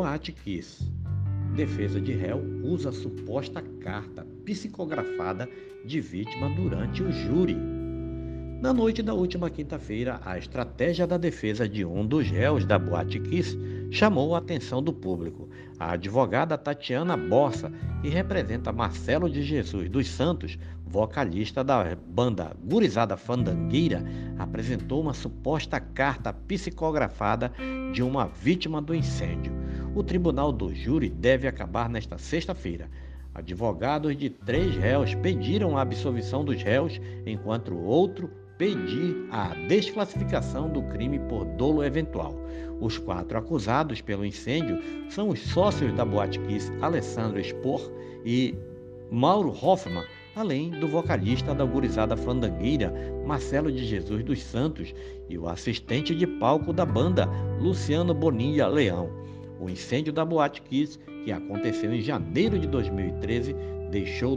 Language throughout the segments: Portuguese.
Boate Kiss. Defesa de réu usa suposta carta psicografada de vítima durante o júri. Na noite da última quinta-feira, a estratégia da defesa de um dos réus da Boate Kiss chamou a atenção do público. A advogada Tatiana Bossa, que representa Marcelo de Jesus dos Santos, vocalista da banda Gurizada Fandangueira, apresentou uma suposta carta psicografada de uma vítima do incêndio. O tribunal do júri deve acabar nesta sexta-feira. Advogados de 3 réus pediram a absolvição dos réus, enquanto o outro pedir a desclassificação do crime por dolo eventual. Os 4 acusados pelo incêndio são os sócios da Boate Kiss, Alessandro Spor e Mauro Hoffman, além do vocalista da Gurizada Fandangueira, Marcelo de Jesus dos Santos, e o assistente de palco da banda, Luciano Bonilla Leão. O incêndio da Boate Kiss, que aconteceu em janeiro de 2013, deixou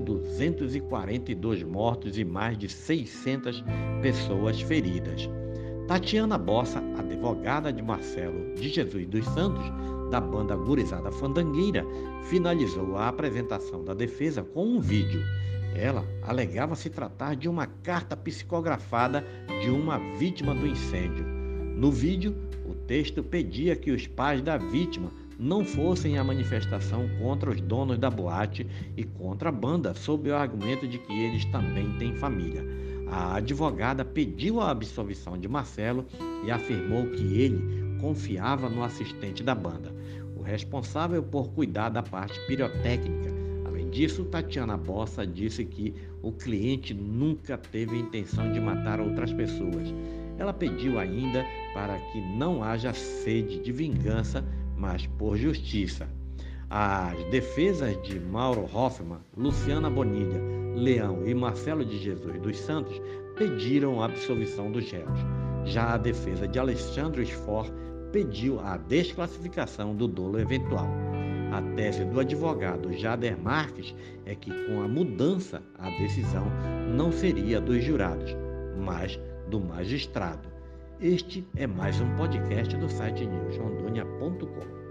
242 mortos e mais de 600 pessoas feridas. Tatiana Bossa, advogada de Marcelo de Jesus dos Santos, da banda Gurizada Fandangueira, finalizou a apresentação da defesa com um vídeo. Ela alegava se tratar de uma carta psicografada de uma vítima do incêndio. No vídeo, o texto pedia que os pais da vítima não fossem à manifestação contra os donos da boate e contra a banda, sob o argumento de que eles também têm família. A advogada pediu a absolvição de Marcelo e afirmou que ele confiava no assistente da banda, o responsável por cuidar da parte pirotécnica. Além disso, Tatiana Bossa disse que o cliente nunca teve a intenção de matar outras pessoas. Ela pediu ainda para que não haja sede de vingança, mas por justiça. As defesas de Mauro Hoffman, Luciana Bonilla Leão e Marcelo de Jesus dos Santos pediram a absolvição dos réus. Já a defesa de Alessandro Spor pediu a desclassificação do dolo eventual. A tese do advogado Jader Marques é que, com a mudança, a decisão não seria dos jurados, mas do magistrado. Este é mais um podcast do site newsrondônia.com.